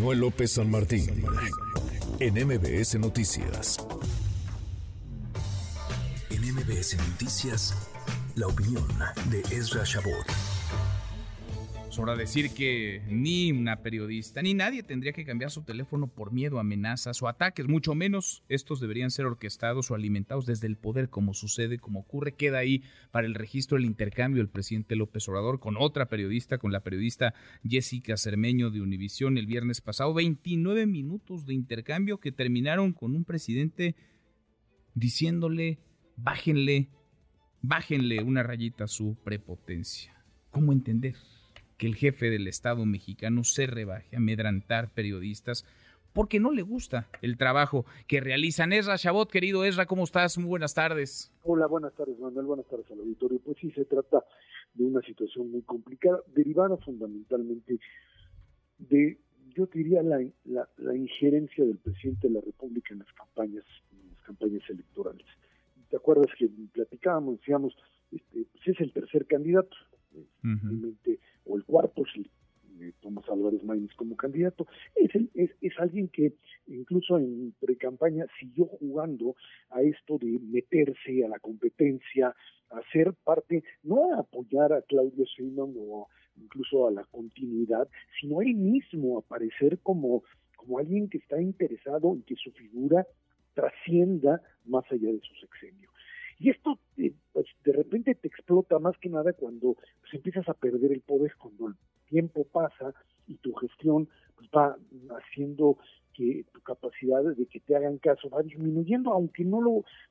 Manuel López San Martín, en MBS Noticias. En MBS Noticias, la opinión de Ezra Shabot. Sobra decir que ni una periodista ni nadie tendría que cambiar su teléfono por miedo a amenazas o ataques, mucho menos estos deberían ser orquestados o alimentados desde el poder, como sucede, como ocurre. Queda ahí para el registro el intercambio del presidente López Obrador con otra periodista, con la periodista Jessica Cermeño de Univisión el viernes pasado. 29 minutos de intercambio que terminaron con un presidente diciéndole bájenle una rayita a su prepotencia. ¿Cómo entender que el jefe del Estado mexicano se rebaje a amedrentar periodistas porque no le gusta el trabajo que realizan? Ezra Shabot, querido Ezra, ¿cómo estás? Muy buenas tardes. Hola, buenas tardes, Manuel, buenas tardes al auditorio. Pues sí, se trata de una situación muy complicada, derivada fundamentalmente de, yo diría, la injerencia del presidente de la República en las campañas electorales. ¿Te acuerdas que platicábamos, decíamos, pues es el tercer candidato, o el cuarto, si Tomás Álvarez Maínez como candidato, es alguien que incluso en pre-campaña siguió jugando a esto de meterse a la competencia, a ser parte, no a apoyar a Claudio Sheinbaum o incluso a la continuidad, sino él mismo aparecer como alguien que está interesado en que su figura trascienda más allá de su sexenio. Y esto, pues, de repente te explota más que nada cuando pues, empiezas a perder el poder, cuando el tiempo pasa y tu gestión pues, va haciendo que tu capacidad de que te hagan caso va disminuyendo, aunque no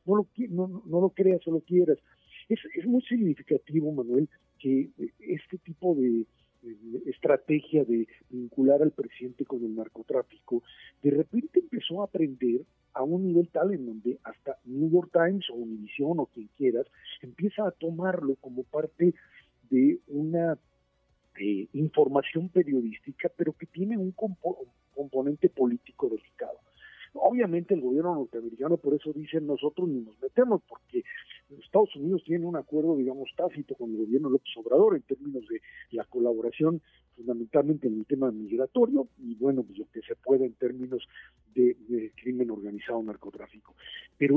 lo creas o lo quieras. Es muy significativo, Manuel, que este tipo de estrategia de vincular al presidente con el narcotráfico, de repente empezó a aprender a un nivel tal en donde hasta New York Times o Univisión o quien quieras empieza a tomarlo como parte de una información periodística, pero que tiene un componente político delicado. Obviamente el gobierno norteamericano por eso dice nosotros ni nos metemos, porque Estados Unidos tiene un acuerdo, digamos, tácito con el gobierno de López Obrador en términos de la colaboración fundamentalmente en el tema migratorio y bueno, pues lo que se pueda en términos de crimen organizado, narcotráfico. Pero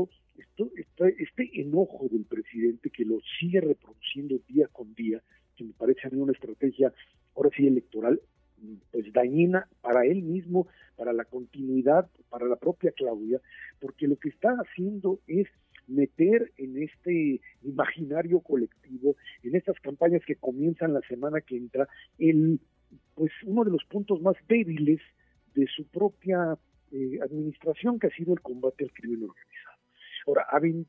este enojo del presidente que lo sigue reproduciendo día con día, que me parece a mí una estrategia ahora sí electoral, pues dañina para él mismo, para la continuidad, para la propia Claudia, porque lo que está haciendo es meter en este imaginario colectivo, en estas campañas que comienzan la semana que entra, pues uno de los puntos más débiles de su propia administración, que ha sido el combate al crimen organizado. Ahora,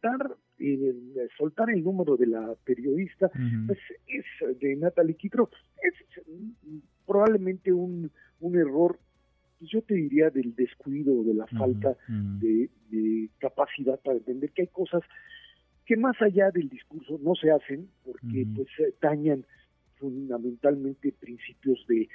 soltar el número de la periodista, pues es de Natalie Kitro, es probablemente un error, yo te diría del descuido, de la falta de capacidad para entender que hay cosas que más allá del discurso no se hacen porque pues dañan fundamentalmente principios de,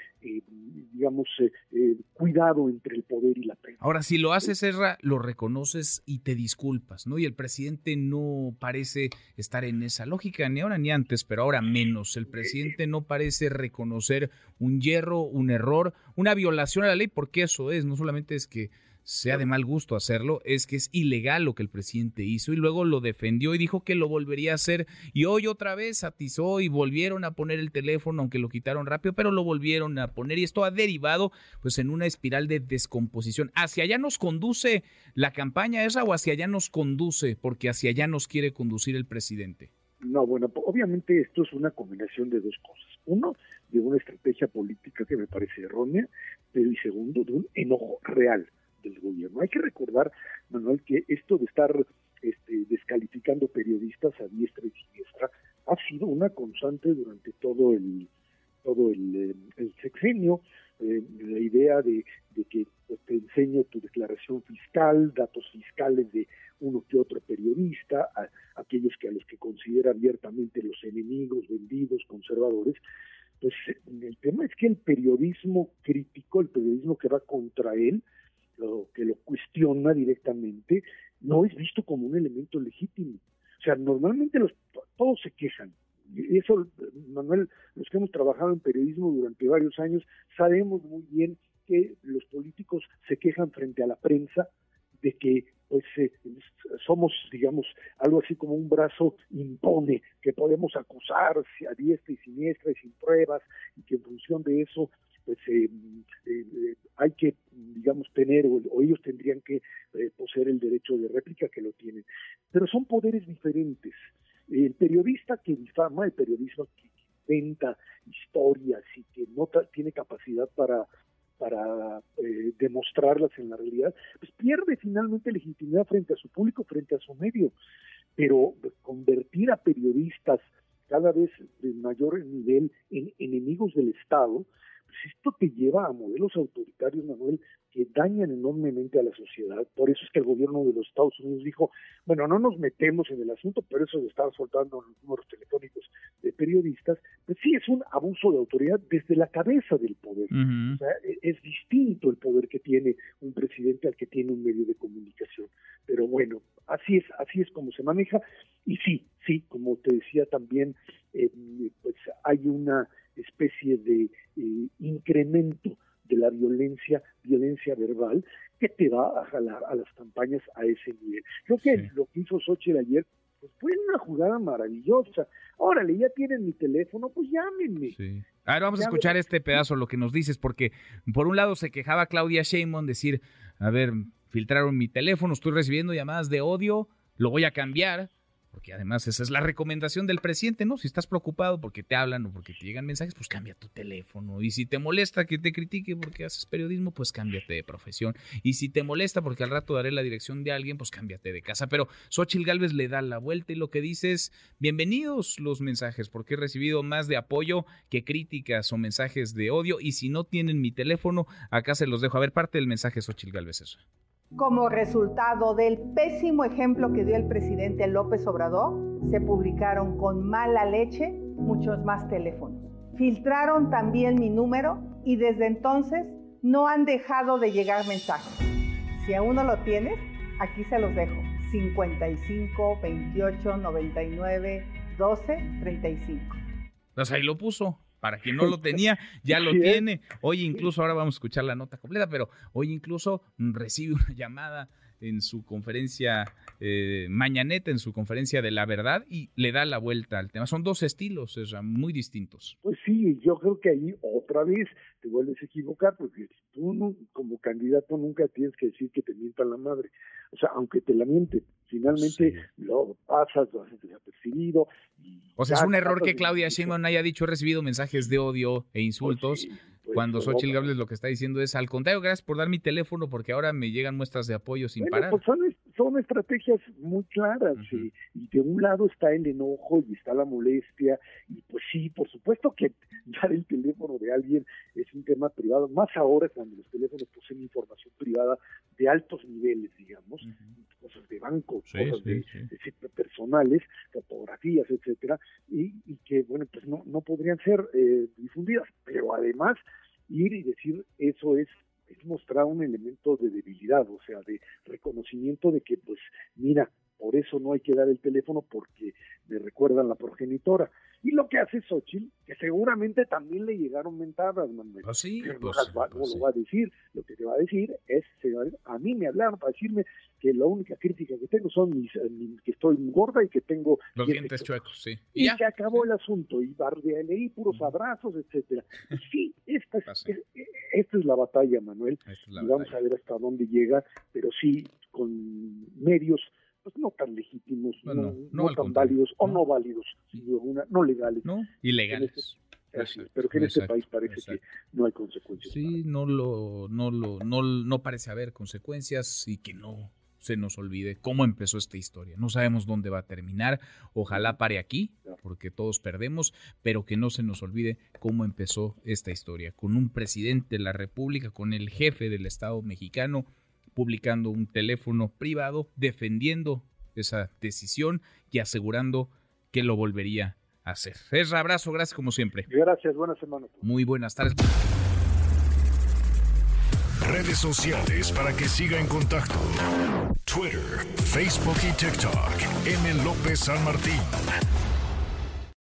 cuidado entre el poder y la prensa. Ahora, si lo haces, Ezra, lo reconoces y te disculpas, ¿no? Y el presidente no parece estar en esa lógica, ni ahora ni antes, pero ahora menos. El presidente no parece reconocer un yerro, un error, una violación a la ley, porque eso es, no solamente es que sea de mal gusto hacerlo, es que es ilegal lo que el presidente hizo y luego lo defendió y dijo que lo volvería a hacer y hoy otra vez atizó y volvieron a poner el teléfono, aunque lo quitaron rápido, pero lo volvieron a poner y esto ha derivado pues en una espiral de descomposición. ¿Hacia allá nos conduce la campaña esa o hacia allá nos conduce porque hacia allá nos quiere conducir el presidente? No, bueno, obviamente esto es una combinación de dos cosas. Uno, de una estrategia política que me parece errónea, pero y segundo, de un enojo real del gobierno. Hay que recordar, Manuel, que esto de estar descalificando periodistas a diestra y siniestra ha sido una constante durante todo el sexenio. La idea de que pues, te enseño tu declaración fiscal, datos fiscales de uno que otro periodista, aquellos a los que considera abiertamente los enemigos, vendidos, conservadores. Pues el tema es que el periodismo crítico, el periodismo que va contra él, que lo cuestiona directamente, no es visto como un elemento legítimo. O sea, normalmente todos se quejan. Y eso, Manuel, los que hemos trabajado en periodismo durante varios años, sabemos muy bien que los políticos se quejan frente a la prensa de que pues somos, digamos, algo así como un brazo impone, que podemos acusar a diestra y siniestra y sin pruebas, y que en función de eso pues hay que, digamos, tener, o ellos tendrían que poseer el derecho de réplica, que lo tienen. Pero son poderes diferentes. El periodista que difama, el periodista que inventa historias y que no tiene capacidad para demostrarlas en la realidad, pues pierde finalmente legitimidad frente a su público, frente a su medio. Pero convertir a periodistas cada vez de mayor nivel en enemigos del Estado, pues esto te lleva a modelos autoritarios, Manuel, que dañan enormemente a la sociedad. Por eso es que el gobierno de los Estados Unidos dijo, bueno, no nos metemos en el asunto, pero eso de estar soltando los números telefónicos de periodistas, pues sí es un abuso de autoridad desde la cabeza del poder. Uh-huh. O sea, es distinto el poder que tiene un presidente al que tiene un medio de comunicación. Pero bueno, así es como se maneja. Y sí, como te decía también, pues hay una especie de incremento de la violencia verbal, que te va a jalar a las campañas a ese nivel. Creo que lo que hizo Xóchitl ayer pues fue una jugada maravillosa. Órale, ya tienen mi teléfono, pues llámenme. Sí. Ahora vamos a escuchar este pedazo, lo que nos dices, porque por un lado se quejaba Claudia Sheinbaum, decir, a ver, filtraron mi teléfono, estoy recibiendo llamadas de odio, lo voy a cambiar. Porque además esa es la recomendación del presidente, ¿no? Si estás preocupado porque te hablan o porque te llegan mensajes, pues cambia tu teléfono. Y si te molesta que te critique porque haces periodismo, pues cámbiate de profesión. Y si te molesta porque al rato daré la dirección de alguien, pues cámbiate de casa. Pero Xóchitl Gálvez le da la vuelta y lo que dice es, bienvenidos los mensajes, porque he recibido más de apoyo que críticas o mensajes de odio. Y si no tienen mi teléfono, acá se los dejo. A ver, parte del mensaje Xóchitl Gálvez eso. Como resultado del pésimo ejemplo que dio el presidente López Obrador, se publicaron con mala leche muchos más teléfonos. Filtraron también mi número y desde entonces no han dejado de llegar mensajes. Si aún no lo tienes, aquí se los dejo. 55 28 99 12 35. Pues ahí lo puso. Para quien no lo tenía, ya lo tiene. Hoy incluso, ahora vamos a escuchar la nota completa, pero hoy incluso recibe una llamada en su conferencia mañaneta, en su conferencia de la verdad, y le da la vuelta al tema. Son dos estilos, muy distintos. Pues sí, yo creo que ahí otra vez te vuelves a equivocar, porque tú como candidato nunca tienes que decir que te mientan la madre. O sea, aunque te la mienten, finalmente lo pasas, lo haces desapercibido. O sea, es un error que Claudia Sheinbaum haya dicho, he recibido mensajes de odio e insultos, cuando Xóchitl Gálvez lo que está diciendo es, al contrario, gracias por dar mi teléfono, porque ahora me llegan muestras de apoyo sin parar. Pues son estrategias muy claras, y de un lado está el enojo y está la molestia, y pues sí, por supuesto que dar el teléfono de alguien es un tema privado, más ahora cuando los teléfonos poseen información privada de altos niveles, digamos, cosas de banco, cosas de personales, fotografías, etcétera, y que, bueno, pues no podrían ser difundidas, pero además ir y decir eso es mostrar un elemento de debilidad, o sea, de reconocimiento de que, pues, mira, por eso no hay que dar el teléfono porque me recuerdan la progenitora. Y lo que hace Xóchitl, que seguramente también le llegaron mentadas, Manuel. ¿Ah, sí? Pero no lo va a decir. Lo que te va a decir es, a mí me hablaron para decirme que la única crítica que tengo son que estoy gorda y que tengo los dientes chuecos, sí. Y que acabó el asunto, y leí puros abrazos, etcétera. Sí, esta es la batalla, Manuel, y vamos a ver hasta dónde llega, pero sí con medios pues no tan legítimos, no tan válidos, o no válidos, no legales. No, ilegales. Pero que en este país parece que no hay consecuencias. Sí, no parece haber consecuencias, y que no se nos olvide cómo empezó esta historia. No sabemos dónde va a terminar, ojalá pare aquí, porque todos perdemos, pero que no se nos olvide cómo empezó esta historia, con un presidente de la República, con el jefe del Estado mexicano, publicando un teléfono privado, defendiendo esa decisión y asegurando que lo volvería a hacer. Ezra, abrazo, gracias como siempre. Gracias, buena semana. Muy buenas tardes. Redes sociales para que siga en contacto: Twitter, Facebook y TikTok. M. López San Martín.